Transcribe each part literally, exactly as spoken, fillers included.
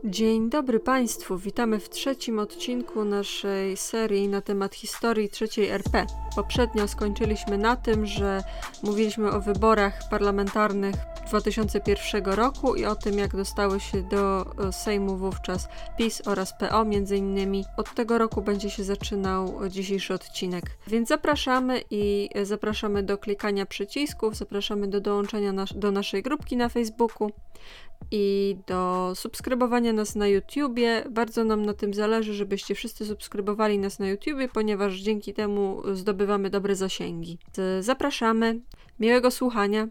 Dzień dobry Państwu, witamy w trzecim odcinku naszej serii na temat historii trzeciej R P. Poprzednio skończyliśmy na tym, że mówiliśmy o wyborach parlamentarnych dwa tysiące pierwszego roku i o tym, jak dostały się do Sejmu wówczas PiS oraz P O między innymi. Od tego roku będzie się zaczynał dzisiejszy odcinek. Więc zapraszamy i zapraszamy do klikania przycisków, zapraszamy do dołączenia nas- do naszej grupki na Facebooku i do subskrybowania nas na YouTubie. Bardzo nam na tym zależy, żebyście wszyscy subskrybowali nas na YouTubie, ponieważ dzięki temu zdobywamy dobre zasięgi. Zapraszamy. Miłego słuchania.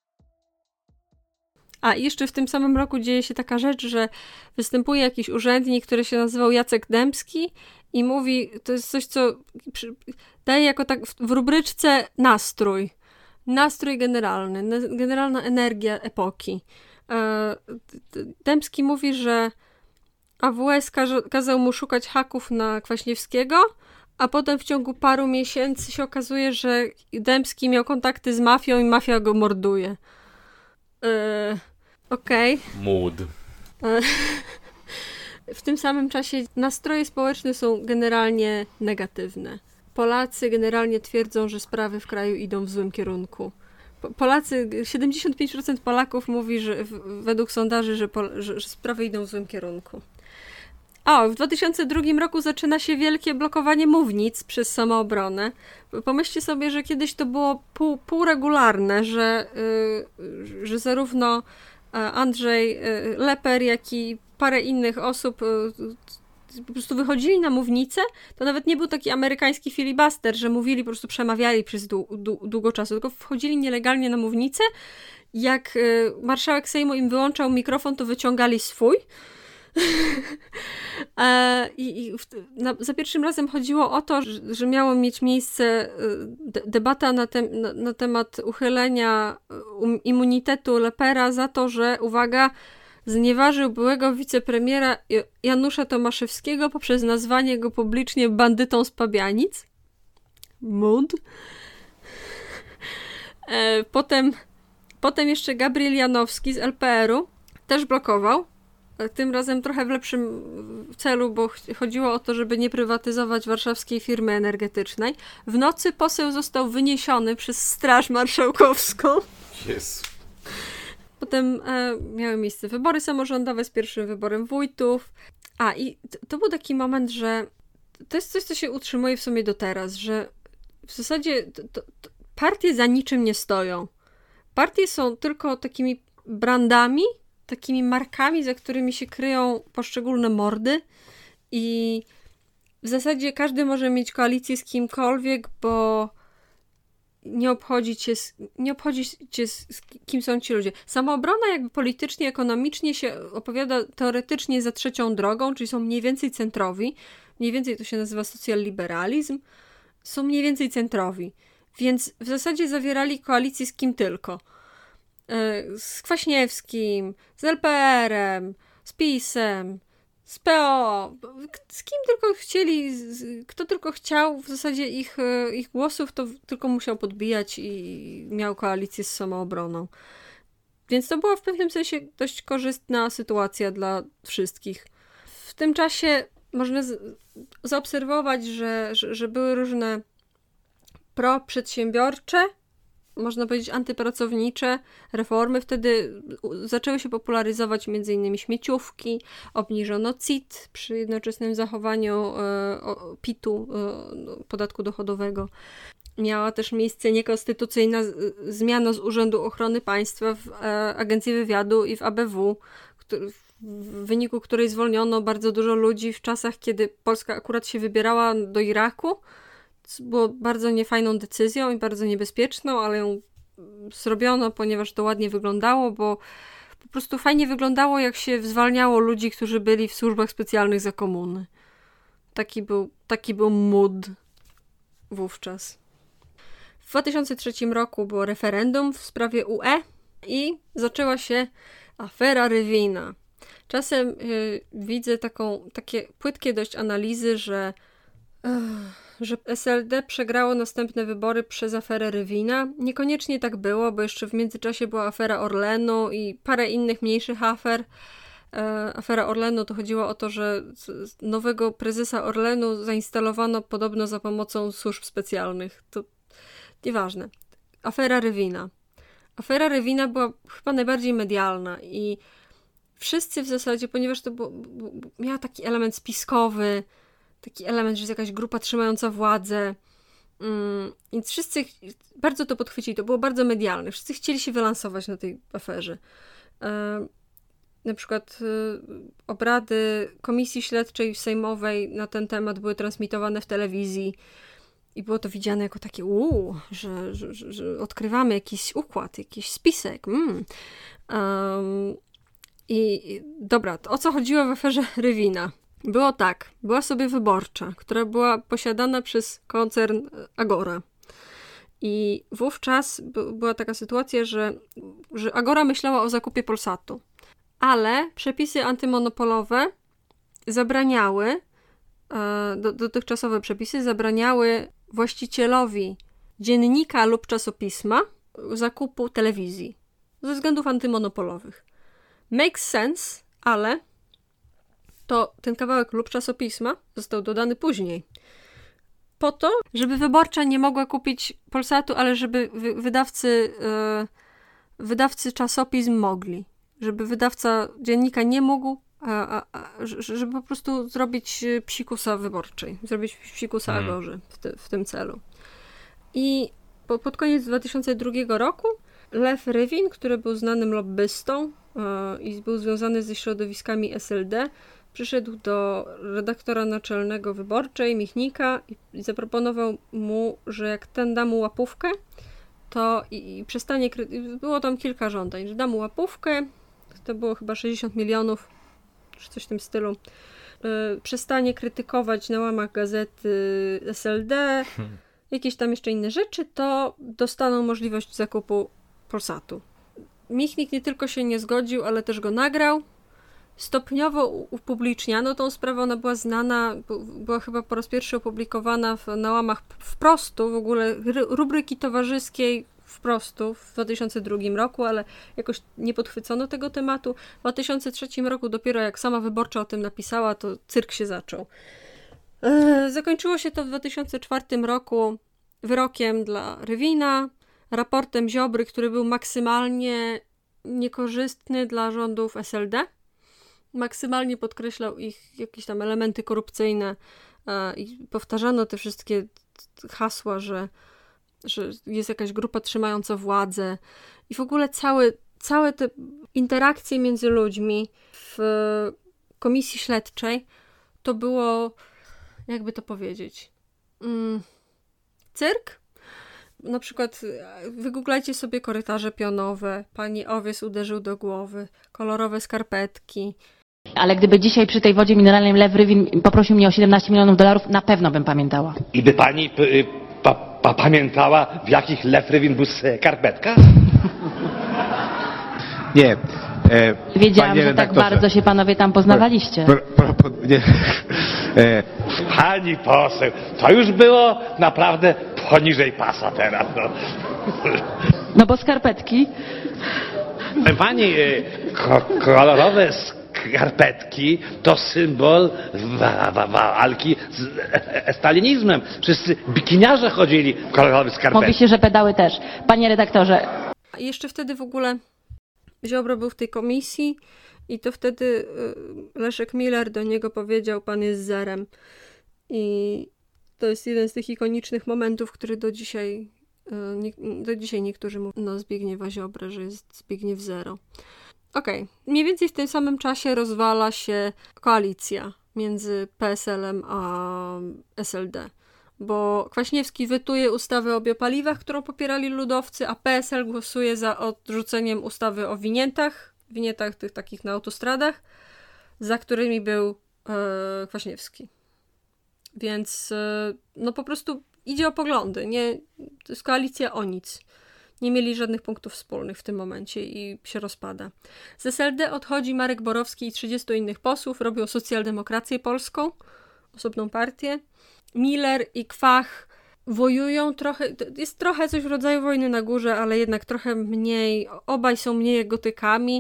A i jeszcze w tym samym roku dzieje się taka rzecz, że występuje jakiś urzędnik, który się nazywał Jacek Dębski i mówi, to jest coś, co daje jako tak w rubryczce nastrój. Nastrój generalny, generalna energia epoki. Dębski mówi, że A W S każe, kazał mu szukać haków na Kwaśniewskiego, a potem w ciągu paru miesięcy się okazuje, że Dębski miał kontakty z mafią i mafia go morduje. Yy, Okej. Okay. Mood. W tym samym czasie nastroje społeczne są generalnie negatywne. Polacy generalnie twierdzą, że sprawy w kraju idą w złym kierunku. Polacy, siedemdziesiąt pięć procent Polaków mówi, że według sondaży, że, Pol- że, że sprawy idą w złym kierunku. A, w dwa tysiące drugim roku zaczyna się wielkie blokowanie mównic przez Samoobronę. Pomyślcie sobie, że kiedyś to było pół, półregularne, że, yy, że zarówno Andrzej yy, Leper, jak i parę innych osób yy, po prostu wychodzili na mównicę. To nawet nie był taki amerykański filibuster, że mówili, po prostu przemawiali przez dłu- dłu- długo czasu, tylko wchodzili nielegalnie na mównicę. Jak yy, marszałek Sejmu im wyłączał mikrofon, to wyciągali swój. e, I, i w, na, za pierwszym razem chodziło o to, że, że miało mieć miejsce de, debata na, te, na, na temat uchylenia um, immunitetu Lepera za to, że, uwaga, znieważył byłego wicepremiera Janusza Tomaszewskiego poprzez nazwanie go publicznie bandytą z Pabianic. Mood. E, potem, potem jeszcze Gabriel Janowski z L P R-u też blokował. Tym razem trochę w lepszym celu, bo chodziło o to, żeby nie prywatyzować warszawskiej firmy energetycznej. W nocy poseł został wyniesiony przez Straż Marszałkowską. Jezu. Potem e, miały miejsce wybory samorządowe z pierwszym wyborem wójtów. A i to, to był taki moment, że to jest coś, co się utrzymuje w sumie do teraz, że w zasadzie to, to, to partie za niczym nie stoją. Partie są tylko takimi brandami, takimi markami, za którymi się kryją poszczególne mordy i w zasadzie każdy może mieć koalicję z kimkolwiek, bo nie obchodzi cię, nie obchodzi cię z kim są ci ludzie. Samoobrona jakby politycznie, ekonomicznie się opowiada teoretycznie za trzecią drogą, czyli są mniej więcej centrowi, mniej więcej to się nazywa socjal-liberalizm, są mniej więcej centrowi, więc w zasadzie zawierali koalicję z kim tylko. Z Kwaśniewskim, z L P R-em, z PiS-em, z P O, z kim tylko chcieli, z, kto tylko chciał, w zasadzie ich, ich głosów to tylko musiał podbijać i miał koalicję z Samoobroną. Więc to była w pewnym sensie dość korzystna sytuacja dla wszystkich. W tym czasie można z, zaobserwować, że, że, że były różne pro-przedsiębiorcze, można powiedzieć antypracownicze reformy. Wtedy zaczęły się popularyzować m.in. śmieciówki, obniżono C I T przy jednoczesnym zachowaniu e, P I T-u, e, podatku dochodowego. Miała też miejsce niekonstytucyjna z, zmiana z Urzędu Ochrony Państwa w e, Agencji Wywiadu i w A B W, który, w wyniku której zwolniono bardzo dużo ludzi w czasach, kiedy Polska akurat się wybierała do Iraku. Było bardzo niefajną decyzją i bardzo niebezpieczną, ale ją zrobiono, ponieważ to ładnie wyglądało, bo po prostu fajnie wyglądało, jak się zwalniało ludzi, którzy byli w służbach specjalnych za komuny. Taki był, taki był mood wówczas. W dwa tysiące trzecim roku było referendum w sprawie U E i zaczęła się afera Rywina. Czasem yy, widzę taką, takie płytkie dość analizy, że yy, że S L D przegrało następne wybory przez aferę Rywina. Niekoniecznie tak było, bo jeszcze w międzyczasie była afera Orlenu i parę innych mniejszych afer. e, afera Orlenu, to chodziło o to, że z nowego prezesa Orlenu zainstalowano podobno za pomocą służb specjalnych. To nieważne. Afera Rywina. Afera Rywina była chyba najbardziej medialna i wszyscy w zasadzie, ponieważ to było, miała taki element spiskowy, taki element, że jest jakaś grupa trzymająca władzę, mm, więc wszyscy bardzo to podchwycili, to było bardzo medialne, wszyscy chcieli się wylansować na tej aferze. E, na przykład e, obrady Komisji Śledczej Sejmowej na ten temat były transmitowane w telewizji i było to widziane jako takie uuu, że, że, że, że odkrywamy jakiś układ, jakiś spisek. Mm. Um, I dobra, to o co chodziło w aferze Rywina? Było tak, była sobie wyborcza, która była posiadana przez koncern Agora. I wówczas b- była taka sytuacja, że, że Agora myślała o zakupie Polsatu. Ale przepisy antymonopolowe zabraniały, e, do, dotychczasowe przepisy zabraniały właścicielowi dziennika lub czasopisma zakupu telewizji ze względów antymonopolowych. Makes sense, ale to ten kawałek lub czasopisma został dodany później. Po to, żeby wyborcza nie mogła kupić Polsatu, ale żeby wy- wydawcy, yy, wydawcy czasopism mogli. Żeby wydawca dziennika nie mógł, a, a, a, żeby po prostu zrobić psikusa wyborczej. Zrobić psikusa hmm. Agorze w, ty- w tym celu. I po, pod koniec dwa tysiące drugiego roku Lew Rywin, który był znanym lobbystą yy, i był związany ze środowiskami S L D, przyszedł do redaktora naczelnego Wyborczej, Michnika, i zaproponował mu, że jak ten da mu łapówkę, to i, i przestanie... Kry- było tam kilka żądań, że da mu łapówkę, to było chyba sześćdziesiąt milionów, czy coś w tym stylu, yy, przestanie krytykować na łamach gazety S L D, hmm. jakieś tam jeszcze inne rzeczy, to dostaną możliwość zakupu Polsatu. Michnik nie tylko się nie zgodził, ale też go nagrał. Stopniowo upubliczniano tą sprawę, ona była znana, była chyba po raz pierwszy opublikowana w, na łamach Wprostu, w ogóle rubryki towarzyskiej Wprostu w dwa tysiące drugim roku, ale jakoś nie podchwycono tego tematu. W dwa tysiące trzecim roku dopiero jak sama Wyborcza o tym napisała, to cyrk się zaczął. Eee, zakończyło się to w dwa tysiące czwartym roku wyrokiem dla Rywina, raportem Ziobry, który był maksymalnie niekorzystny dla rządów S L D. Maksymalnie podkreślał ich jakieś tam elementy korupcyjne e, i powtarzano te wszystkie hasła, że, że jest jakaś grupa trzymająca władzę i w ogóle całe, całe te interakcje między ludźmi w komisji śledczej to było, jakby to powiedzieć, mm, cyrk. Na przykład wygooglajcie sobie korytarze pionowe, pani owiec uderzył do głowy, kolorowe skarpetki. Ale gdyby dzisiaj przy tej wodzie mineralnej Lew Rywin poprosił mnie o siedemnaście milionów dolarów, na pewno bym pamiętała. I by pani p- pa- pa- pamiętała, w jakich Lew Rywin był skarpetkach? Nie. E, Wiedziałam, że tak bardzo się panowie tam poznawaliście. Pro, pro, pro, nie. E, Pani poseł, to już było naprawdę poniżej pasa teraz. No, no bo skarpetki... Pani, e, ko- kolorowe skarpetki to symbol wa- wa- walki z e- stalinizmem. Wszyscy bikiniarze chodzili w kolorowych skarpetkach. Mówi się, że pedały też. Panie redaktorze... I jeszcze wtedy w ogóle Ziobro był w tej komisji i to wtedy Leszek Miller do niego powiedział, pan jest zerem. I to jest jeden z tych ikonicznych momentów, który do dzisiaj, do dzisiaj niektórzy mówią no Zbigniewa Ziobrę, że jest Zbigniew Zero. Okej, okay. Mniej więcej w tym samym czasie rozwala się koalicja między P S L-em a S L D. Bo Kwaśniewski wetuje ustawę o biopaliwach, którą popierali ludowcy, a P S L głosuje za odrzuceniem ustawy o winietach, winietach tych takich na autostradach, za którymi był e, Kwaśniewski. Więc e, no po prostu idzie o poglądy, nie, to jest koalicja o nic. Nie mieli żadnych punktów wspólnych w tym momencie i się rozpada. Z S L D odchodzi Marek Borowski i trzydziestu innych posłów, robią socjaldemokrację polską, osobną partię. Miller i Kwach wojują trochę, jest trochę coś w rodzaju wojny na górze, ale jednak trochę mniej, obaj są mniej gotykami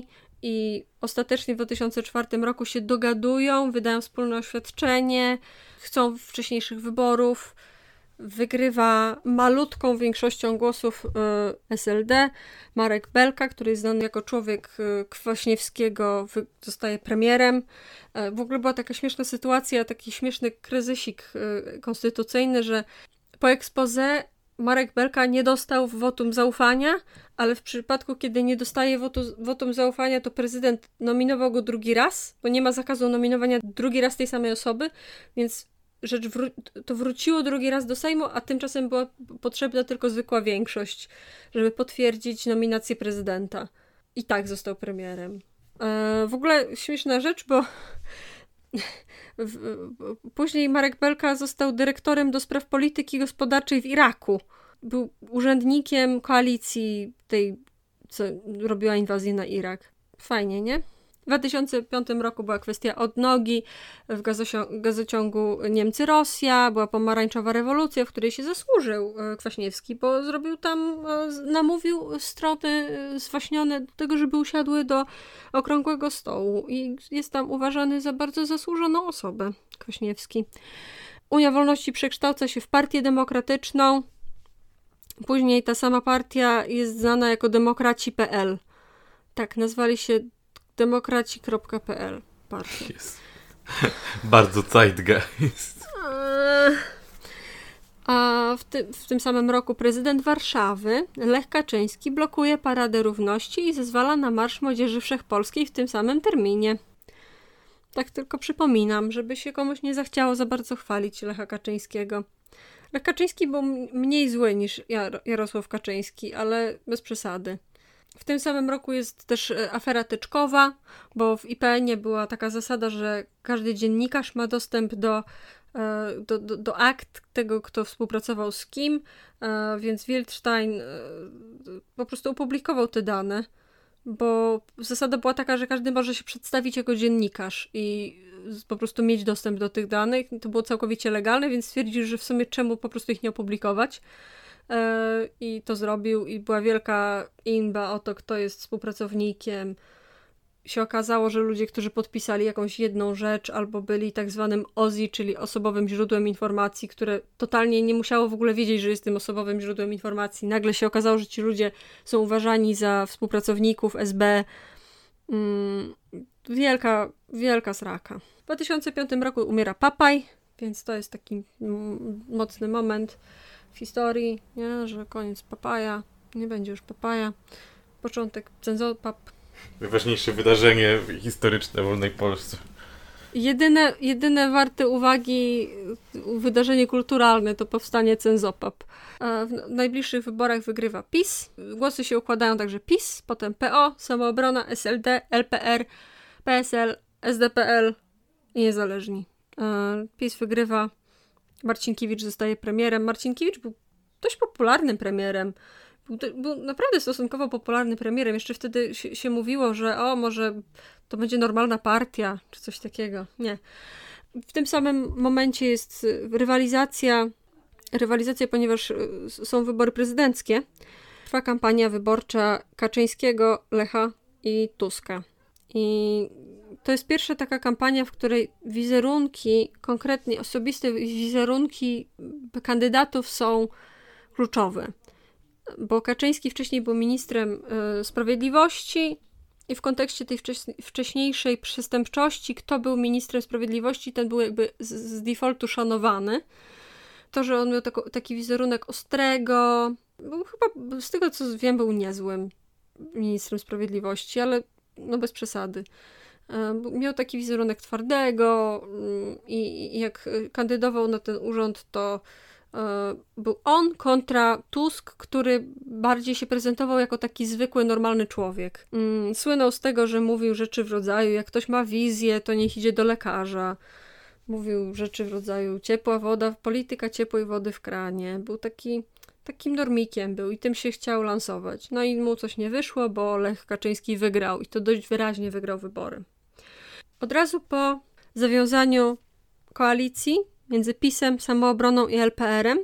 i ostatecznie w dwa tysiące czwartym roku się dogadują, wydają wspólne oświadczenie, chcą wcześniejszych wyborów. Wygrywa malutką większością głosów y, S L D. Marek Belka, który jest znany jako człowiek y, Kwaśniewskiego, wy, zostaje premierem. Y, w ogóle była taka śmieszna sytuacja, taki śmieszny kryzysik y, konstytucyjny, że po exposé Marek Belka nie dostał wotum zaufania, ale w przypadku, kiedy nie dostaje wotu, wotum zaufania, to prezydent nominował go drugi raz, bo nie ma zakazu nominowania drugi raz tej samej osoby, więc rzecz wró- to wróciło drugi raz do Sejmu, a tymczasem była potrzebna tylko zwykła większość, żeby potwierdzić nominację prezydenta. I tak został premierem. E, w ogóle śmieszna rzecz, bo w, w, później Marek Belka został dyrektorem do spraw polityki gospodarczej w Iraku. Był urzędnikiem koalicji tej, co robiła inwazję na Irak. Fajnie, nie? W dwa tysiące piątym roku była kwestia odnogi w gazocią- gazociągu Niemcy-Rosja, była pomarańczowa rewolucja, w której się zasłużył Kwaśniewski, bo zrobił tam, namówił strony zwaśnione do tego, żeby usiadły do okrągłego stołu i jest tam uważany za bardzo zasłużoną osobę, Kwaśniewski. Unia Wolności przekształca się w Partię Demokratyczną, później ta sama partia jest znana jako Demokraci kropka pe el. Tak, nazwali się demokraci kropka pe el. Partia. Jest. Bardzo zeitgeist. A w, ty, w tym samym roku prezydent Warszawy, Lech Kaczyński, blokuje Paradę Równości i zezwala na Marsz Młodzieży Wszechpolskiej w tym samym terminie. Tak tylko przypominam, żeby się komuś nie zachciało za bardzo chwalić Lecha Kaczyńskiego. Lech Kaczyński był mniej zły niż Jar- Jarosław Kaczyński, ale bez przesady. W tym samym roku jest też afera tyczkowa, bo w I P N ie była taka zasada, że każdy dziennikarz ma dostęp do, do, do, do akt tego, kto współpracował z kim, więc Wildstein po prostu opublikował te dane, bo zasada była taka, że każdy może się przedstawić jako dziennikarz i po prostu mieć dostęp do tych danych. To było całkowicie legalne, więc stwierdził, że w sumie czemu po prostu ich nie opublikować. I to zrobił i była wielka inba o to, kto jest współpracownikiem. Się okazało, że ludzie, którzy podpisali jakąś jedną rzecz albo byli tak zwanym O Z I, czyli osobowym źródłem informacji, które totalnie nie musiało w ogóle wiedzieć, że jest tym osobowym źródłem informacji. Nagle się okazało, że ci ludzie są uważani za współpracowników S B. Mm, wielka, wielka sraka. W dwa tysiące piątym roku umiera Papaj, więc to jest taki m- mocny moment w historii, nie? Że koniec Papaja, nie będzie już Papaja, początek Cenzopap. Najważniejsze wydarzenie historyczne w wolnej Polsce. Jedyne, jedyne warte uwagi wydarzenie kulturalne to powstanie Cenzopap. W najbliższych wyborach wygrywa PiS. Głosy się układają także PiS, potem P O, Samoobrona, S L D, L P R, P S L, S D P L i Niezależni. PiS wygrywa. Marcinkiewicz zostaje premierem. Marcinkiewicz był dość popularnym premierem. Był, był naprawdę stosunkowo popularnym premierem. Jeszcze wtedy się, się mówiło, że o, może to będzie normalna partia, czy coś takiego. Nie. W tym samym momencie jest rywalizacja, rywalizacja, ponieważ są wybory prezydenckie. Trwa kampania wyborcza Kaczyńskiego, Lecha i Tuska. I to jest pierwsza taka kampania, w której wizerunki, konkretnie osobiste wizerunki kandydatów są kluczowe. Bo Kaczyński wcześniej był ministrem y, sprawiedliwości i w kontekście tej wcześ- wcześniejszej przestępczości, kto był ministrem sprawiedliwości, ten był jakby z, z defaultu szanowany. To, że on miał tako, taki wizerunek ostrego, był chyba, z tego co wiem, był niezłym ministrem sprawiedliwości, ale no bez przesady. Miał taki wizerunek twardego i jak kandydował na ten urząd, to był on kontra Tusk, który bardziej się prezentował jako taki zwykły, normalny człowiek. Słynął z tego, że mówił rzeczy w rodzaju, jak ktoś ma wizję, to niech idzie do lekarza. Mówił rzeczy w rodzaju ciepła woda, polityka ciepłej wody w kranie. Był taki, takim normikiem był i tym się chciał lansować. No i mu coś nie wyszło, bo Lech Kaczyński wygrał i to dość wyraźnie wygrał wybory. Od razu po zawiązaniu koalicji między PiS-em, Samoobroną i L P R-em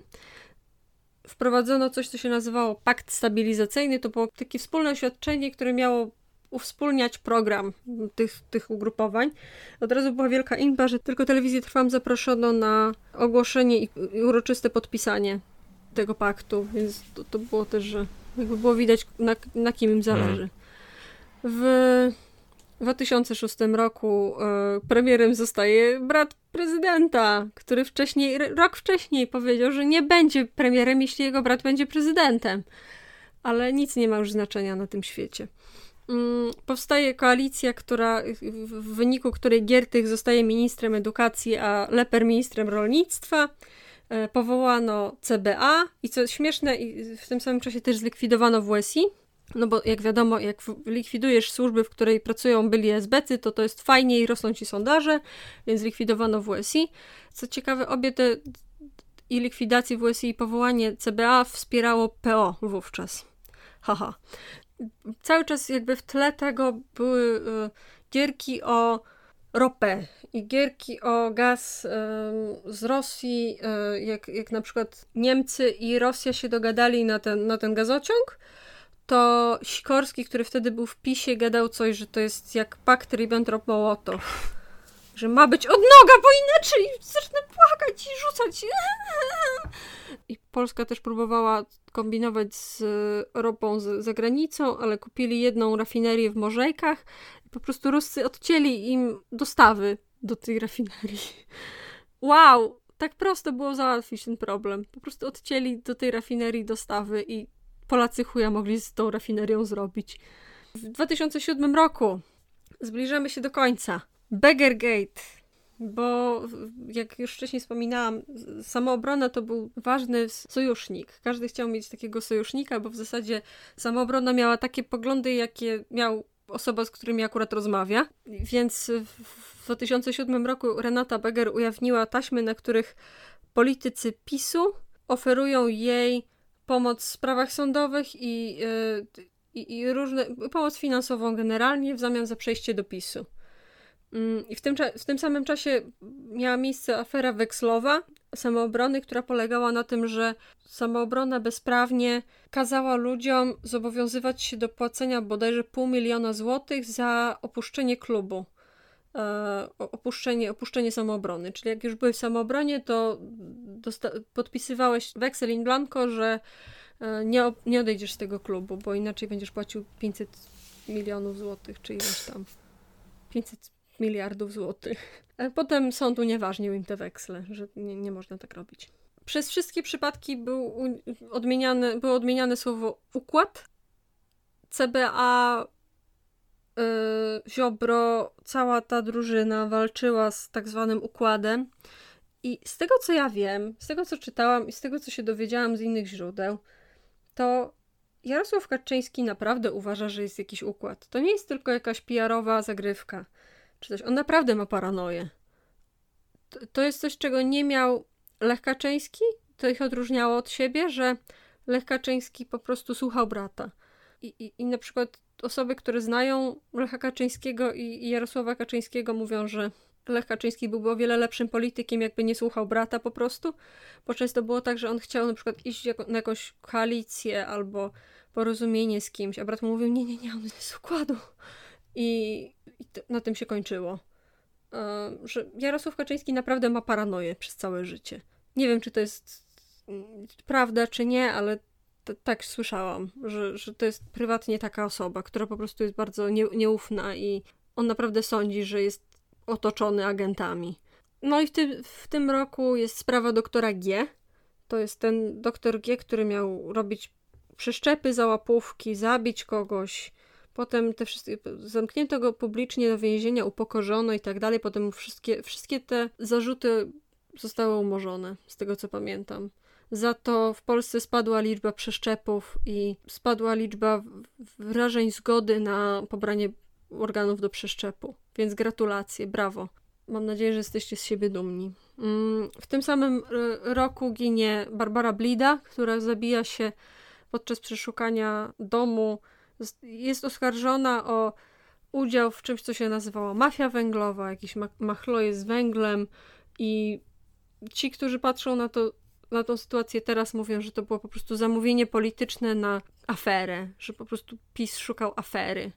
wprowadzono coś, co się nazywało Pakt Stabilizacyjny. To było takie wspólne oświadczenie, które miało uwspólniać program tych, tych ugrupowań. Od razu była wielka inba, że tylko Telewizję Trwam zaproszono na ogłoszenie i, i uroczyste podpisanie tego paktu, więc to, to było też, że jakby było widać, na, na kim im zależy. W dwa tysiące szóstym roku e, premierem zostaje brat prezydenta, który wcześniej, rok wcześniej powiedział, że nie będzie premierem, jeśli jego brat będzie prezydentem. Ale nic nie ma już znaczenia na tym świecie. Mm, powstaje koalicja, która, w wyniku której Giertych zostaje ministrem edukacji, a Lepper ministrem rolnictwa. E, powołano C B A i co śmieszne, i w tym samym czasie też zlikwidowano W S I. No bo jak wiadomo, jak likwidujesz służby, w której pracują byli esbecy, to to jest fajnie i rosną ci sondaże, więc likwidowano W S I. Co ciekawe, obie te i likwidację W S I i powołanie C B A wspierało P O wówczas. Haha. Cały czas jakby w tle tego były y, gierki o ropę i gierki o gaz y, z Rosji, y, jak, jak na przykład Niemcy i Rosja się dogadali na ten, na ten gazociąg, to Sikorski, który wtedy był w PiSie, gadał coś, że to jest jak pakt Ribbentrop-Mołotow. Że ma być odnoga, bo inaczej zacznę płakać i rzucać. I Polska też próbowała kombinować z ropą z, za granicą, ale kupili jedną rafinerię w Morzejkach i po prostu Ruscy odcięli im dostawy do tej rafinerii. Wow! Tak prosto było załatwić ten problem. Po prostu odcięli do tej rafinerii dostawy i Polacy chuja mogli z tą rafinerią zrobić. W dwa tysiące siódmym roku zbliżamy się do końca. Beggargate, bo jak już wcześniej wspominałam, samoobrona to był ważny sojusznik. Każdy chciał mieć takiego sojusznika, bo w zasadzie samoobrona miała takie poglądy, jakie miał osoba, z którymi akurat rozmawia. Więc w dwa tysiące siódmym roku Renata Beggar ujawniła taśmy, na których politycy PiSu oferują jej pomoc w sprawach sądowych i, i, i różne, pomoc finansową generalnie w zamian za przejście do PiSu. I w tym, w tym samym czasie miała miejsce afera wekslowa samoobrony, która polegała na tym, że samoobrona bezprawnie kazała ludziom zobowiązywać się do płacenia bodajże pół miliona złotych za opuszczenie klubu. E, opuszczenie, opuszczenie samoobrony. Czyli jak już byłeś w samoobronie, to dosta- podpisywałeś weksel in blanco, że e, nie, nie odejdziesz z tego klubu, bo inaczej będziesz płacił pięćset milionów złotych, czy ileś tam. pięćset miliardów złotych. A potem sąd unieważnił im te weksle, że nie, nie można tak robić. Przez wszystkie przypadki był odmieniane, było odmieniane słowo układ. C B A, yy, Ziobro, cała ta drużyna walczyła z tak zwanym układem. I z tego, co ja wiem, z tego, co czytałam i z tego, co się dowiedziałam z innych źródeł, to Jarosław Kaczyński naprawdę uważa, że jest jakiś układ. To nie jest tylko jakaś P R-owa zagrywka. Czy coś. On naprawdę ma paranoję. To, to jest coś, czego nie miał Lech Kaczyński. To ich odróżniało od siebie, że Lech Kaczyński po prostu słuchał brata. I, i, i na przykład osoby, które znają Lecha Kaczyńskiego i, i Jarosława Kaczyńskiego mówią, że Lech Kaczyński byłby o wiele lepszym politykiem, jakby nie słuchał brata po prostu. Bo często było tak, że on chciał na przykład iść jako, na jakąś koalicję albo porozumienie z kimś, a brat mu mówił, nie, nie, nie, on jest z układu. I, i to, na tym się kończyło. Yy, że Jarosław Kaczyński naprawdę ma paranoję przez całe życie. Nie wiem, czy to jest yy, prawda, czy nie, ale t- tak słyszałam, że, że to jest prywatnie taka osoba, która po prostu jest bardzo nie, nieufna i on naprawdę sądzi, że jest otoczony agentami. No i w, ty- w tym roku jest sprawa doktora G. To jest ten doktor G, który miał robić przeszczepy za łapówki, zabić kogoś. Potem te wszystkie, zamknięto go publicznie do więzienia, upokorzono i tak dalej. Potem wszystkie, wszystkie te zarzuty zostały umorzone, z tego co pamiętam. Za to w Polsce spadła liczba przeszczepów i spadła liczba wyrażeń zgody na pobranie organów do przeszczepu. Więc gratulacje, brawo. Mam nadzieję, że jesteście z siebie dumni. W tym samym roku ginie Barbara Blida, która zabija się podczas przeszukania domu. Jest oskarżona o udział w czymś, co się nazywało mafia węglowa, jakieś ma- machloje z węglem i ci, którzy patrzą na to, na tą sytuację teraz mówią, że to było po prostu zamówienie polityczne na aferę, że po prostu PiS szukał afery.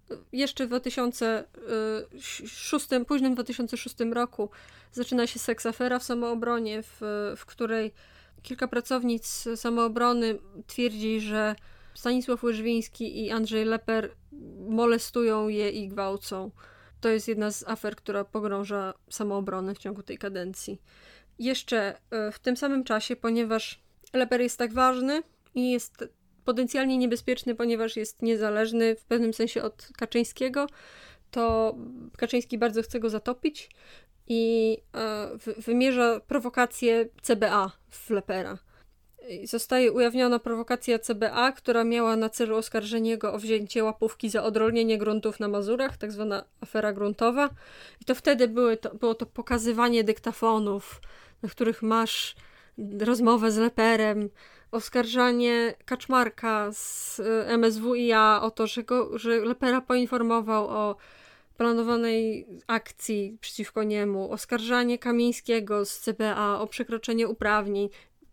jeszcze w dwa tysiące szóstym, późnym dwa tysiące szóstym roku zaczyna się seksafera w Samoobronie, w, w której kilka pracownic Samoobrony twierdzi, że Stanisław Łyżwiński i Andrzej Leper molestują je i gwałcą. To jest jedna z afer, która pogrąża Samoobronę w ciągu tej kadencji. Jeszcze w tym samym czasie, ponieważ Leper jest tak ważny i jest potencjalnie niebezpieczny, ponieważ jest niezależny w pewnym sensie od Kaczyńskiego, to Kaczyński bardzo chce go zatopić i wymierza prowokację C B A w Lepera. Zostaje ujawniona prowokacja C B A, która miała na celu oskarżenie go o wzięcie łapówki za odrolnienie gruntów na Mazurach, tak zwana afera gruntowa. I to wtedy były to, było to pokazywanie dyktafonów, na których masz rozmowę z Leperem, oskarżanie Kaczmarka z M S W i A o to, że, go, że Lepera poinformował o planowanej akcji przeciwko niemu, oskarżanie Kamińskiego z C B A o przekroczenie uprawnień.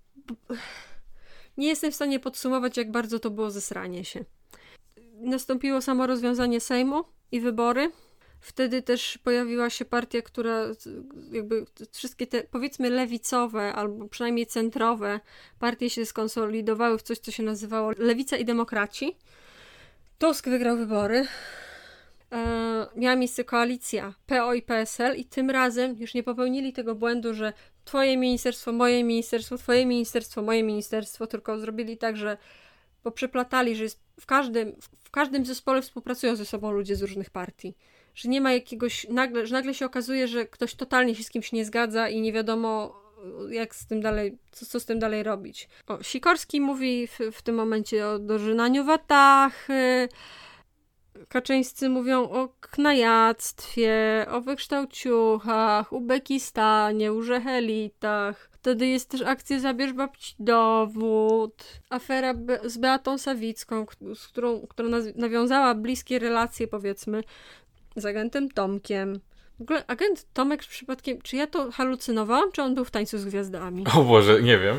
Nie jestem w stanie podsumować, jak bardzo to było zesranie się. Nastąpiło samo rozwiązanie Sejmu i wybory. Wtedy też pojawiła się partia, która jakby wszystkie te, powiedzmy, lewicowe albo przynajmniej centrowe partie się skonsolidowały w coś, co się nazywało Lewica i Demokraci. Tusk wygrał wybory. E, miała miejsce koalicja P O i P S L i tym razem już nie popełnili tego błędu, że twoje ministerstwo, moje ministerstwo, twoje ministerstwo, moje ministerstwo, tylko zrobili tak, że poprzeplatali, że jest w każdym, w każdym zespole współpracują ze sobą ludzie z różnych partii. Że nie ma jakiegoś, nagle, że nagle się okazuje, że ktoś totalnie się z kimś nie zgadza i nie wiadomo, jak z tym dalej, co, co z tym dalej robić. O, Sikorski mówi w, w tym momencie o dożynaniu watachy, Kaczyńscy mówią o knajactwie, o wykształciuchach, Uzbekistanie, użechelitach. Wtedy jest też akcja Zabierz babci dowód, afera Be- z Beatą Sawicką, z którą, która naz- nawiązała bliskie relacje, powiedzmy, z agentem Tomkiem. W ogóle agent Tomek przypadkiem, czy ja to halucynowałam, czy on był w Tańcu z Gwiazdami? O Boże, nie wiem.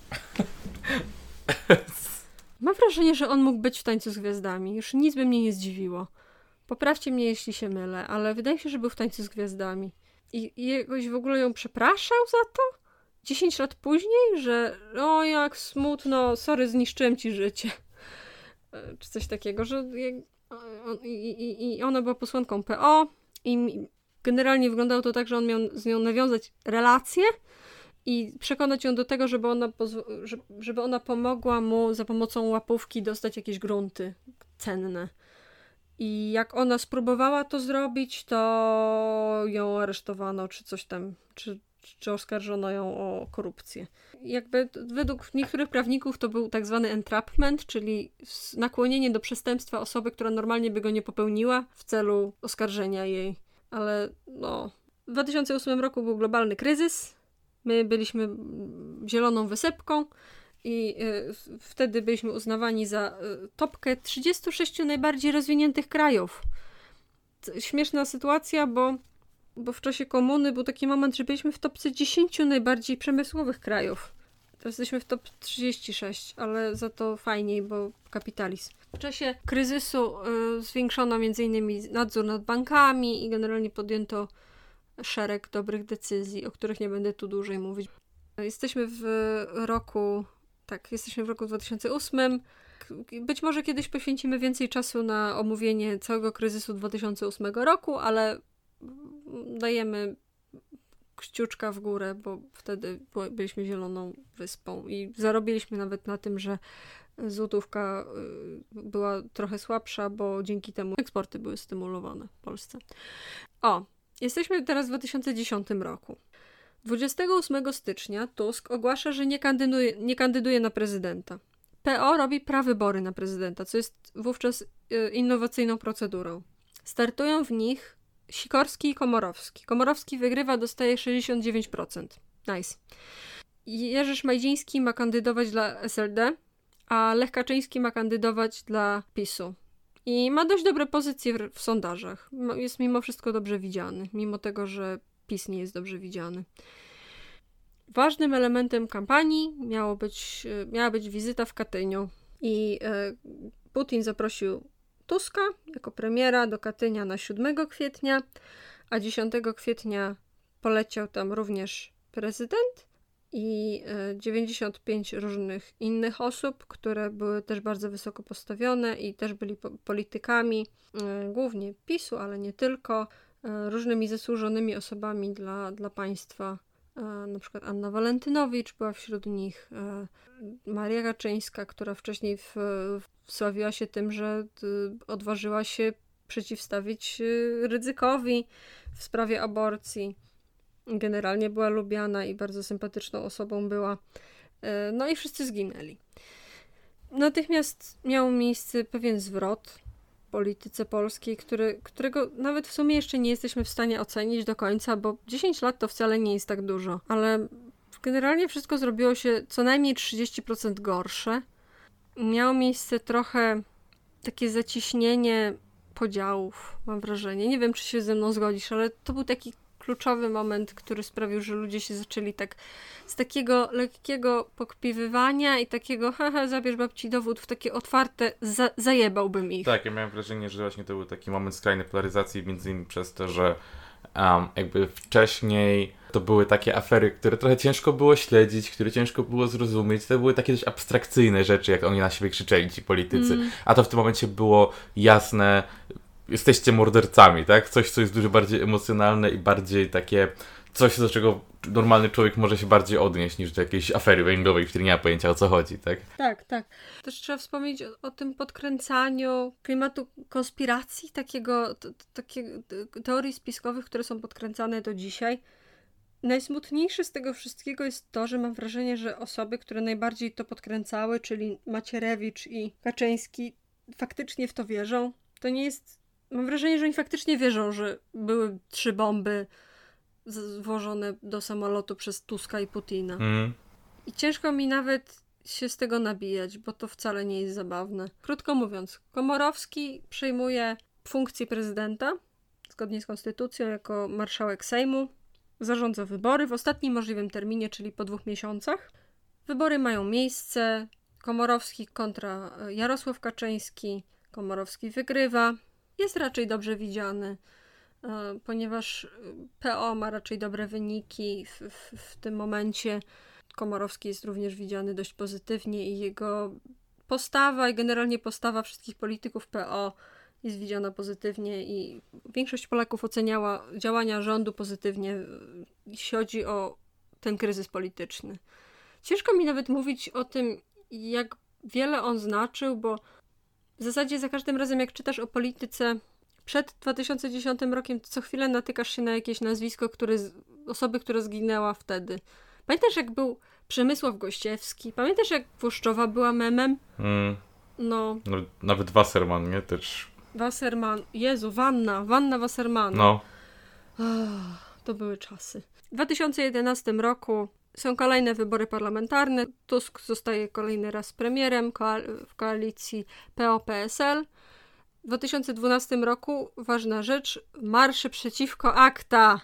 Mam wrażenie, że on mógł być w Tańcu z Gwiazdami. Już nic by mnie nie zdziwiło. Poprawcie mnie, jeśli się mylę, ale wydaje mi się, że był w Tańcu z Gwiazdami. I, i jakoś w ogóle ją przepraszał za to? Dziesięć lat później, że o, jak smutno, sorry, zniszczyłem ci życie. Czy coś takiego, że i, i, i ona była posłanką P O i generalnie wyglądało to tak, że on miał z nią nawiązać relacje i przekonać ją do tego, żeby ona, pozw- żeby ona pomogła mu za pomocą łapówki dostać jakieś grunty cenne. I jak ona spróbowała to zrobić, to ją aresztowano, czy coś tam, czy, czy oskarżono ją o korupcję. Jakby według niektórych prawników to był tak zwany entrapment, czyli nakłonienie do przestępstwa osoby, która normalnie by go nie popełniła w celu oskarżenia jej. Ale no... W dwa tysiące ósmym roku był globalny kryzys. My byliśmy zieloną wysepką i y, wtedy byliśmy uznawani za y, topkę trzydziestu sześciu najbardziej rozwiniętych krajów. Śmieszna sytuacja, bo, bo w czasie komuny był taki moment, że byliśmy w topce dziesięciu najbardziej przemysłowych krajów. Teraz jesteśmy w top trzydzieści sześć, ale za to fajniej, bo kapitalizm. W czasie kryzysu y, zwiększono między innymi nadzór nad bankami i generalnie podjęto szereg dobrych decyzji, o których nie będę tu dłużej mówić. Jesteśmy w roku, tak, jesteśmy w roku dwa tysiące ósmym. Być może kiedyś poświęcimy więcej czasu na omówienie całego kryzysu dwa tysiące ósmego roku, ale dajemy kciuczka w górę, bo wtedy byliśmy zieloną wyspą i zarobiliśmy nawet na tym, że złotówka była trochę słabsza, bo dzięki temu eksporty były stymulowane w Polsce. O, jesteśmy teraz w dwa tysiące dziesiątym roku. dwudziestego ósmego stycznia Tusk ogłasza, że nie kandyduje, nie kandyduje na prezydenta. P O robi prawybory na prezydenta, co jest wówczas innowacyjną procedurą. Startują w nich Sikorski i Komorowski. Komorowski wygrywa, dostaje sześćdziesiąt dziewięć procent. Nice. Jerzy Szmajdziński ma kandydować dla S L D, a Lech Kaczyński ma kandydować dla PiSu. I ma dość dobre pozycje w, w sondażach. Jest mimo wszystko dobrze widziany, mimo tego, że PiS nie jest dobrze widziany. Ważnym elementem kampanii miało być, miała być wizyta w Katyniu. I e, Putin zaprosił Tuska jako premiera do Katynia na siódmego kwietnia, a dziesiątego kwietnia poleciał tam również prezydent i dziewięćdziesiąt pięć różnych innych osób, które były też bardzo wysoko postawione i też byli po- politykami, głównie PiSu, ale nie tylko, różnymi zasłużonymi osobami dla, dla państwa. Na przykład Anna Walentynowicz była wśród nich, Maria Kaczyńska, która wcześniej w, wsławiła się tym, że odważyła się przeciwstawić Rydzykowi w sprawie aborcji. Generalnie była lubiana i bardzo sympatyczną osobą była. No i wszyscy zginęli. Natychmiast miał miejsce pewien zwrot w polityce polskiej, który, którego nawet w sumie jeszcze nie jesteśmy w stanie ocenić do końca, bo dziesięć lat to wcale nie jest tak dużo, ale generalnie wszystko zrobiło się co najmniej trzydzieści procent gorsze. Miało miejsce trochę takie zaciśnienie podziałów, mam wrażenie. Nie wiem, czy się ze mną zgodzisz, ale to był taki kluczowy moment, który sprawił, że ludzie się zaczęli tak z takiego lekkiego pokpiwywania i takiego haha, zabierz babci dowód, w takie otwarte za, zajebałbym ich. Tak, ja miałem wrażenie, że właśnie to był taki moment skrajnej polaryzacji, między innymi przez to, że um, jakby wcześniej to były takie afery, które trochę ciężko było śledzić, które ciężko było zrozumieć. To były takie dość abstrakcyjne rzeczy, jak oni na siebie krzyczeli, ci politycy. Mm. A to w tym momencie było jasne, jesteście mordercami, tak? Coś, co jest dużo bardziej emocjonalne i bardziej takie coś, do czego normalny człowiek może się bardziej odnieść niż do jakiejś afery węglowej, w której nie ma pojęcia, o co chodzi, tak? Tak, tak. Też trzeba wspomnieć o, o tym podkręcaniu klimatu konspiracji, takiego, t, takie teorii spiskowych, które są podkręcane do dzisiaj. Najsmutniejsze z tego wszystkiego jest to, że mam wrażenie, że osoby, które najbardziej to podkręcały, czyli Macierewicz i Kaczyński, faktycznie w to wierzą. To nie jest... Mam wrażenie, że oni faktycznie wierzą, że były trzy bomby złożone do samolotu przez Tuska i Putina. Mm. I ciężko mi nawet się z tego nabijać, bo to wcale nie jest zabawne. Krótko mówiąc, Komorowski przejmuje funkcję prezydenta, zgodnie z konstytucją, jako marszałek Sejmu. Zarządza wybory w ostatnim możliwym terminie, czyli po dwóch miesiącach. Wybory mają miejsce. Komorowski kontra Jarosław Kaczyński. Komorowski wygrywa. Jest raczej dobrze widziany, ponieważ P O ma raczej dobre wyniki w, w, w tym momencie. Komorowski jest również widziany dość pozytywnie i jego postawa i generalnie postawa wszystkich polityków P O jest widziana pozytywnie i większość Polaków oceniała działania rządu pozytywnie, jeśli chodzi o ten kryzys polityczny. Ciężko mi nawet mówić o tym, jak wiele on znaczył, bo w zasadzie za każdym razem, jak czytasz o polityce przed dwa tysiące dziesiątym rokiem, to co chwilę natykasz się na jakieś nazwisko, które, osoby, która zginęła wtedy. Pamiętasz, jak był Przemysław Gościewski? Pamiętasz, jak Włoszczowa była memem? Mm. No. no. Nawet Wasserman, nie? Też. Wasserman. Jezu, Wanna. Wanna Wasserman. No. Oh, to były czasy. W dwa tysiące jedenastym roku są kolejne wybory parlamentarne. Tusk zostaje kolejny raz premierem koal- w koalicji P O P S L. W dwa tysiące dwunastym roku, ważna rzecz, marsze przeciwko ACTA.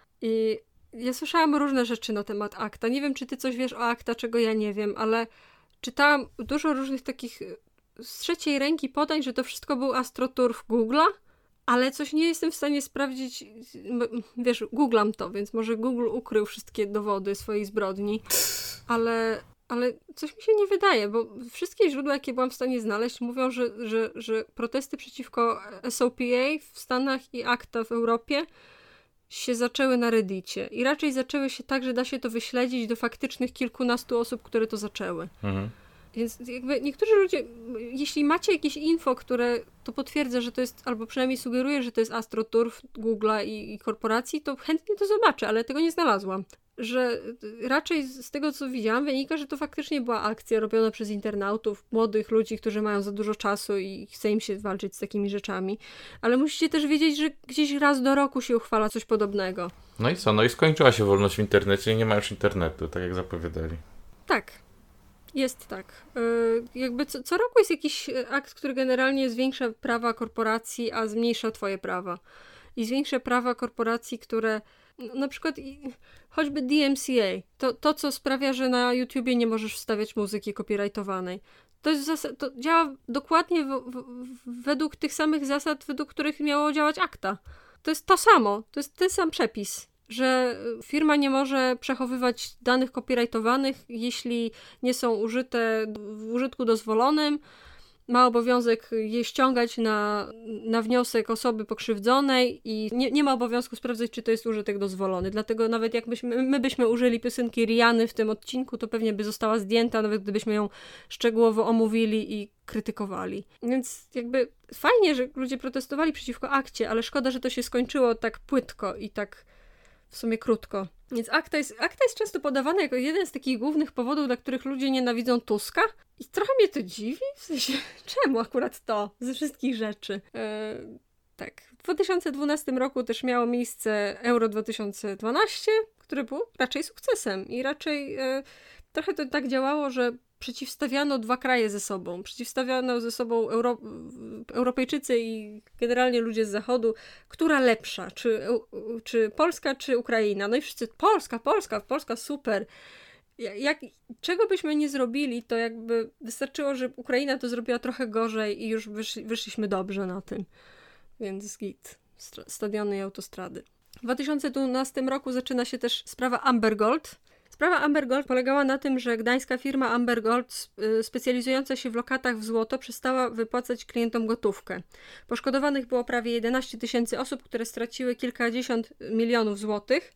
I ja słyszałam różne rzeczy na temat ACTA. Nie wiem, czy ty coś wiesz o ACTA, czego ja nie wiem, ale czytałam dużo różnych takich z trzeciej ręki podań, że to wszystko był astroturf Google'a, ale coś nie jestem w stanie sprawdzić. Wiesz, googlam to, więc może Google ukrył wszystkie dowody swojej zbrodni, ale, ale coś mi się nie wydaje, bo wszystkie źródła, jakie byłam w stanie znaleźć, mówią, że, że, że protesty przeciwko S O P A w Stanach i ACTA w Europie się zaczęły na Reddicie. I raczej zaczęły się tak, że da się to wyśledzić do faktycznych kilkunastu osób, które to zaczęły. Mhm. Więc jakby niektórzy ludzie, jeśli macie jakieś info, które to potwierdza, że to jest, albo przynajmniej sugeruje, że to jest astroturf Google'a i, i korporacji, to chętnie to zobaczę, ale tego nie znalazłam. Że raczej z tego, co widziałam, wynika, że to faktycznie była akcja robiona przez internautów, młodych ludzi, którzy mają za dużo czasu i chce im się walczyć z takimi rzeczami. Ale musicie też wiedzieć, że gdzieś raz do roku się uchwala coś podobnego. No i co? No i skończyła się wolność w internecie i nie ma już internetu, tak jak zapowiadali. Tak. Jest tak. Yy, jakby co, co roku jest jakiś akt, który generalnie zwiększa prawa korporacji, a zmniejsza twoje prawa. I zwiększa prawa korporacji, które no, na przykład choćby D M C A, to, to co sprawia, że na YouTubie nie możesz wstawiać muzyki copyrightowanej. To, jest zas- to działa dokładnie w, w, według tych samych zasad, według których miało działać akta. To jest to samo, to jest ten sam przepis, że firma nie może przechowywać danych copyrightowanych, jeśli nie są użyte w użytku dozwolonym. Ma obowiązek je ściągać na, na wniosek osoby pokrzywdzonej i nie, nie ma obowiązku sprawdzać, czy to jest użytek dozwolony. Dlatego nawet jakbyśmy, my byśmy użyli piosenki Rihanny w tym odcinku, to pewnie by została zdjęta, nawet gdybyśmy ją szczegółowo omówili i krytykowali. Więc jakby fajnie, że ludzie protestowali przeciwko akcie, ale szkoda, że to się skończyło tak płytko i tak w sumie krótko. Więc akta jest, akta jest często podawana jako jeden z takich głównych powodów, dla których ludzie nienawidzą Tuska. I trochę mnie to dziwi, w sensie, czemu akurat to ze wszystkich rzeczy? Eee, tak, w dwa tysiące dwunastym roku też miało miejsce Euro dwa tysiące dwanaście, które było raczej sukcesem i raczej e, trochę to tak działało, że przeciwstawiano dwa kraje ze sobą. Przeciwstawiano ze sobą Euro... Europejczycy i generalnie ludzie z Zachodu, która lepsza, czy, czy Polska, czy Ukraina. No i wszyscy, Polska, Polska, Polska, super. Jak, czego byśmy nie zrobili, to jakby wystarczyło, że Ukraina to zrobiła trochę gorzej i już wyszli, wyszliśmy dobrze na tym. Więc git. Stadiony i autostrady. W dwa tysiące dwunastym roku zaczyna się też sprawa Amber Gold. Sprawa Amber Gold polegała na tym, że gdańska firma Amber Gold specjalizująca się w lokatach w złoto przestała wypłacać klientom gotówkę. Poszkodowanych było prawie jedenaście tysięcy osób, które straciły kilkadziesiąt milionów złotych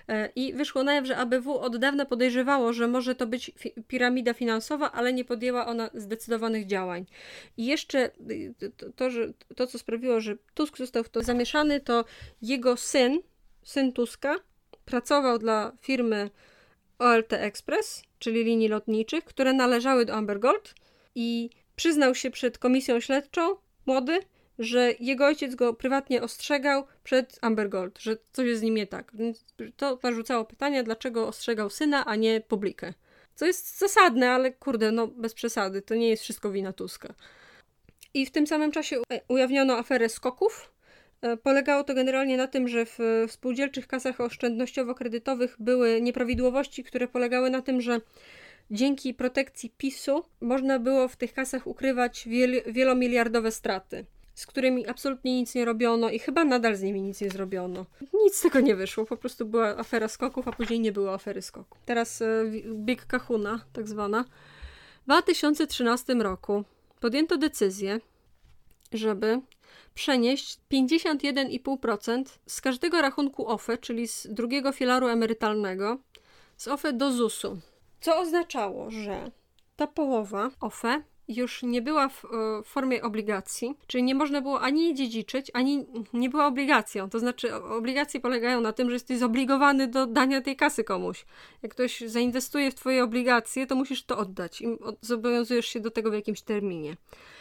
i wyszło na jaw, że A B W od dawna podejrzewało, że może to być fi- piramida finansowa, ale nie podjęła ona zdecydowanych działań. I jeszcze to, to, że, to co sprawiło, że Tusk został w to zamieszany, to jego syn, syn Tuska, pracował dla firmy O L T Express, czyli linii lotniczych, które należały do Amber Gold i przyznał się przed komisją śledczą, młody, że jego ojciec go prywatnie ostrzegał przed Amber Gold, że coś jest z nim nie tak. Więc to narzucało pytania, dlaczego ostrzegał syna, a nie publikę. Co jest zasadne, ale kurde, no bez przesady, to nie jest wszystko wina Tuska. I w tym samym czasie ujawniono aferę skoków. Polegało to generalnie na tym, że w spółdzielczych kasach oszczędnościowo-kredytowych były nieprawidłowości, które polegały na tym, że dzięki protekcji PiSu można było w tych kasach ukrywać wiel- wielomiliardowe straty, z którymi absolutnie nic nie robiono i chyba nadal z nimi nic nie zrobiono. Nic z tego nie wyszło, po prostu była afera skoków, a później nie było afery skoków. Teraz Big Kahuna, tak zwana. W dwa tysiące trzynastym roku podjęto decyzję, żeby przenieść pięćdziesiąt jeden i pół procent z każdego rachunku O F E, czyli z drugiego filaru emerytalnego, z O F E do zusu. Co oznaczało, że ta połowa O F E już nie była w, w formie obligacji, czyli nie można było ani jej dziedziczyć, ani nie była obligacją. To znaczy obligacje polegają na tym, że jesteś zobligowany do dania tej kasy komuś. Jak ktoś zainwestuje w twoje obligacje, to musisz to oddać i zobowiązujesz się do tego w jakimś terminie.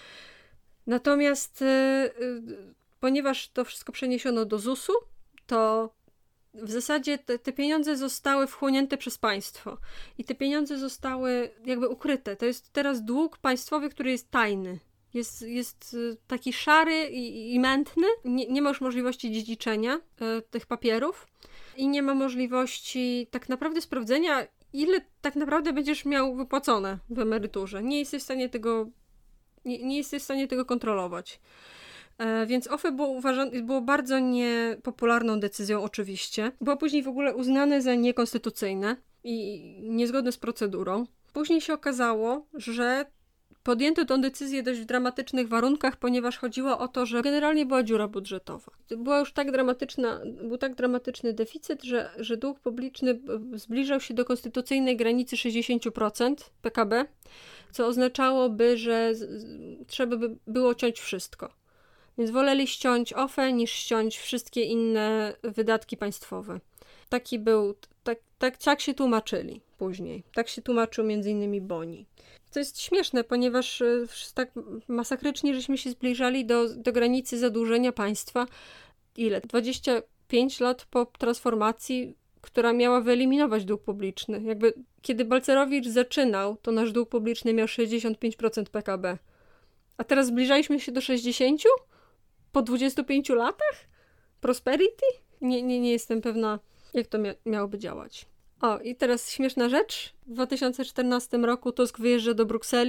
Natomiast y, y, ponieważ to wszystko przeniesiono do zusu, to w zasadzie te, te pieniądze zostały wchłonięte przez państwo i te pieniądze zostały jakby ukryte. To jest teraz dług państwowy, który jest tajny. Jest, jest taki szary i, i mętny. Nie, nie ma już możliwości dziedziczenia y, tych papierów i nie ma możliwości tak naprawdę sprawdzenia, ile tak naprawdę będziesz miał wypłacone w emeryturze. Nie jesteś w stanie tego Nie, nie jesteś w stanie tego kontrolować. E, więc O F E było, uważane, było bardzo niepopularną decyzją oczywiście. Było później w ogóle uznane za niekonstytucyjne i niezgodne z procedurą. Później się okazało, że podjęto tę decyzję dość w dramatycznych warunkach, ponieważ chodziło o to, że generalnie była dziura budżetowa. Była już tak dramatyczna, był tak dramatyczny deficyt, że, że dług publiczny zbliżał się do konstytucyjnej granicy sześćdziesiąt procent P K B, co oznaczałoby, że z, z, trzeba by było ciąć wszystko. Więc woleli ściąć O F E niż ściąć wszystkie inne wydatki państwowe. Taki był, tak, tak, tak się tłumaczyli później. Tak się tłumaczył między innymi Boni. To jest śmieszne, ponieważ tak masakrycznie żeśmy się zbliżali do, do granicy zadłużenia państwa. Ile? dwadzieścia pięć lat po transformacji, która miała wyeliminować dług publiczny. Jakby kiedy Balcerowicz zaczynał, to nasz dług publiczny miał sześćdziesiąt pięć procent P K B. A teraz zbliżaliśmy się do sześćdziesięciu? Po dwudziestu pięciu latach? Prosperity? Nie, nie, nie jestem pewna, jak to mia- miałoby działać. O, i teraz śmieszna rzecz. W dwa tysiące czternastym roku Tusk wyjeżdża do Brukseli,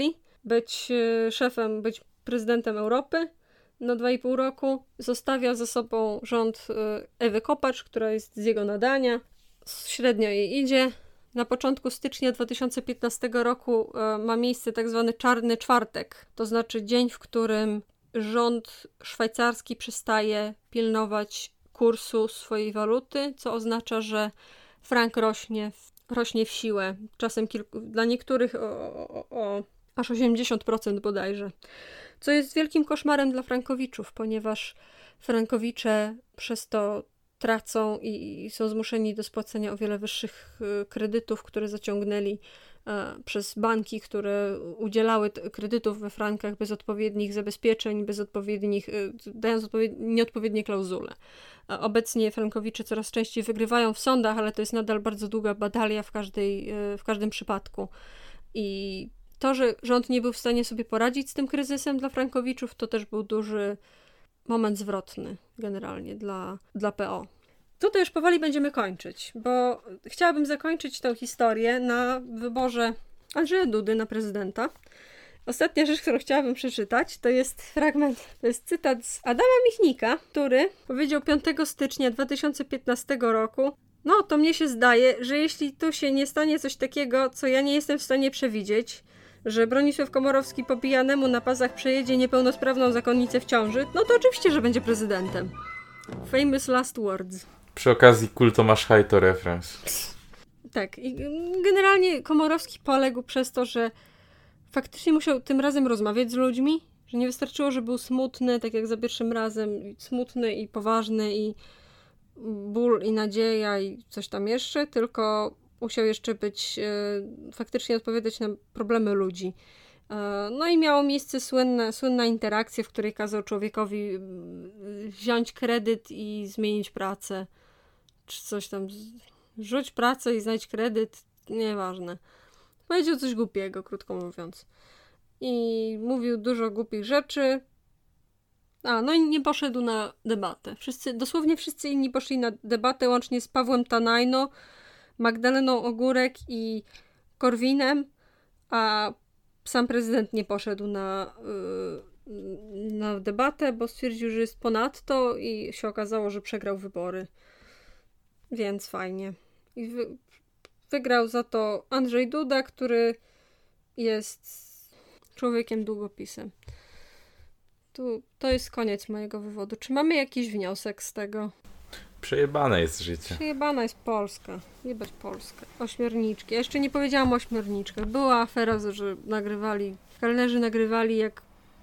być szefem, być prezydentem Europy na dwa i pół roku. Zostawia za sobą rząd Ewy Kopacz, która jest z jego nadania. Średnio jej idzie. Na początku stycznia dwa tysiące piętnastego roku ma miejsce tak zwany Czarny Czwartek. To znaczy dzień, w którym rząd szwajcarski przestaje pilnować kursu swojej waluty, co oznacza, że frank rośnie, rośnie w siłę. Czasem kilku, dla niektórych o, o, o aż osiemdziesiąt procent bodajże. Co jest wielkim koszmarem dla frankowiczów, ponieważ frankowicze przez to tracą i, i są zmuszeni do spłacenia o wiele wyższych y, kredytów, które zaciągnęli y, przez banki, które udzielały t- kredytów we frankach bez odpowiednich zabezpieczeń, bez odpowiednich, y, dając odpowied- nieodpowiednie klauzule. A obecnie frankowicze coraz częściej wygrywają w sądach, ale to jest nadal bardzo długa batalia w, każdej, y, w każdym przypadku. I to, że rząd nie był w stanie sobie poradzić z tym kryzysem dla frankowiczów, to też był duży moment zwrotny generalnie dla, dla P O. Tutaj już powoli będziemy kończyć, bo chciałabym zakończyć tę historię na wyborze Andrzeja Dudy na prezydenta. Ostatnia rzecz, którą chciałabym przeczytać, to jest fragment, to jest cytat z Adama Michnika, który powiedział piątego stycznia dwa tysiące piętnastego roku: no to mnie się zdaje, że jeśli tu się nie stanie coś takiego, co ja nie jestem w stanie przewidzieć, że Bronisław Komorowski po pijanemu na pasach przejedzie niepełnosprawną zakonnicę w ciąży, no to oczywiście, że będzie prezydentem. Famous last words. Przy okazji Kul Tomasz Haj to referens. Tak, i generalnie Komorowski poległ przez to, że faktycznie musiał tym razem rozmawiać z ludźmi, że nie wystarczyło, że był smutny, tak jak za pierwszym razem, smutny i poważny i ból i nadzieja i coś tam jeszcze, tylko musiał jeszcze być, e, faktycznie odpowiadać na problemy ludzi. E, no i miało miejsce słynna, słynna interakcja, w której kazał człowiekowi wziąć kredyt i zmienić pracę. Czy coś tam, rzuć pracę i znajdź kredyt, nieważne. Powiedział coś głupiego, krótko mówiąc. I mówił dużo głupich rzeczy. A, no i nie poszedł na debatę. Wszyscy, dosłownie wszyscy inni poszli na debatę, łącznie z Pawłem Tanajno, Magdaleną Ogórek i Korwinem, a sam prezydent nie poszedł na, yy, na debatę, bo stwierdził, że jest ponadto i się okazało, że przegrał wybory. Więc fajnie. I wy, wygrał za to Andrzej Duda, który jest człowiekiem długopisem. Tu, to jest koniec mojego wywodu. Czy mamy jakiś wniosek z tego? Przejebane jest życie. Przejebana jest Polska. Jebać Polskę. Ośmiorniczki. Ja jeszcze nie powiedziałam o ośmiorniczkach. Była afera, że nagrywali, kelnerzy nagrywali jak...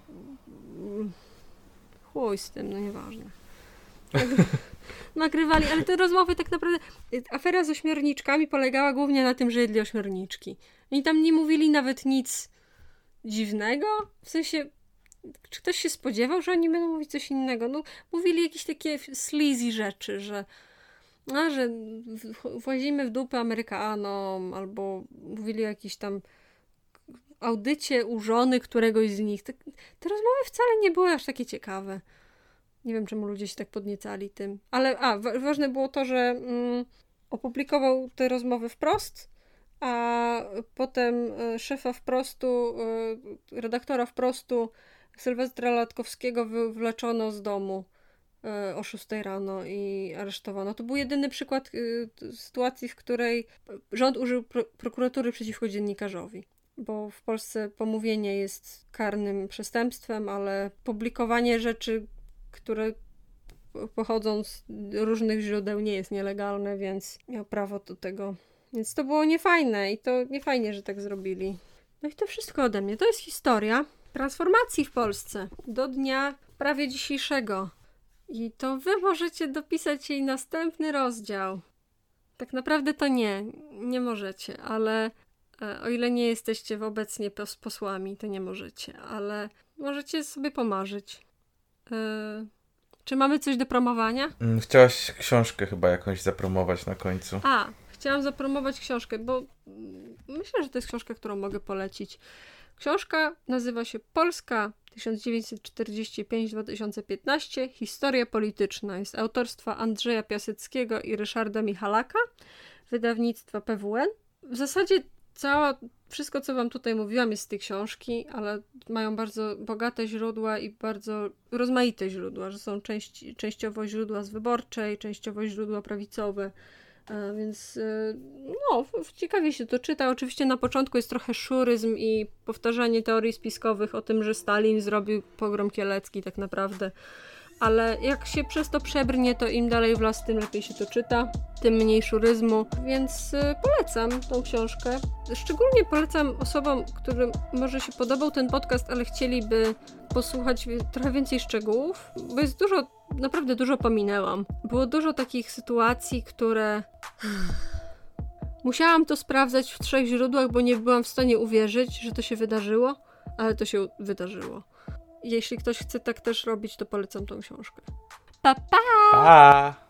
Chuj z tym, no nieważne. Nagrywali, ale te rozmowy tak naprawdę... Afera z ośmiorniczkami polegała głównie na tym, że jedli ośmiorniczki. Oni tam nie mówili nawet nic dziwnego. W sensie... Czy ktoś się spodziewał, że oni będą mówić coś innego? No, mówili jakieś takie sleazy rzeczy, że, a, że włazimy w dupę Amerykanom, albo mówili o jakiejś tam audycie u żony któregoś z nich. Te, te rozmowy wcale nie były aż takie ciekawe. Nie wiem, czemu ludzie się tak podniecali tym. Ale a, wa- ważne było to, że mm, opublikował te rozmowy wprost, a potem y, szefa Wprostu, y, redaktora Wprostu, Sylwestra Latkowskiego wywleczono z domu y, o szóstej rano i aresztowano. To był jedyny przykład y, sytuacji, w której rząd użył pro, prokuratury przeciwko dziennikarzowi. Bo w Polsce pomówienie jest karnym przestępstwem, ale publikowanie rzeczy, które pochodzą z różnych źródeł, nie jest nielegalne, więc miał prawo do tego. Więc to było niefajne i to niefajnie, że tak zrobili. No i to wszystko ode mnie. To jest historia transformacji w Polsce do dnia prawie dzisiejszego. I to wy możecie dopisać jej następny rozdział. Tak naprawdę to nie, nie możecie, ale e, o ile nie jesteście obecnie pos- posłami, to nie możecie, ale możecie sobie pomarzyć. E, czy mamy coś do promowania? Chciałaś książkę chyba jakąś zapromować na końcu. A, chciałam zapromować książkę, bo myślę, że to jest książka, którą mogę polecić. Książka nazywa się Polska tysiąc dziewięćset czterdzieści pięć do dwa tysiące piętnaście. Historia polityczna. Jest autorstwa Andrzeja Piaseckiego i Ryszarda Michalaka. Wydawnictwa P W N. W zasadzie cała, wszystko co wam tutaj mówiłam jest z tej książki, ale mają bardzo bogate źródła i bardzo rozmaite źródła, że są części, częściowo źródła z Wyborczej, częściowo źródła prawicowe. Więc no, ciekawie się to czyta. Oczywiście na początku jest trochę szuryzm i powtarzanie teorii spiskowych o tym, że Stalin zrobił pogrom kielecki tak naprawdę. Ale jak się przez to przebrnie, to im dalej w las, tym lepiej się to czyta, tym mniej szuryzmu, więc polecam tą książkę. Szczególnie polecam osobom, którym może się podobał ten podcast, ale chcieliby posłuchać trochę więcej szczegółów, bo jest dużo, naprawdę dużo pominęłam. Było dużo takich sytuacji, które... Musiałam to sprawdzać w trzech źródłach, bo nie byłam w stanie uwierzyć, że to się wydarzyło, ale to się wydarzyło. Jeśli ktoś chce tak też robić, to polecam tą książkę. Pa, pa! Pa!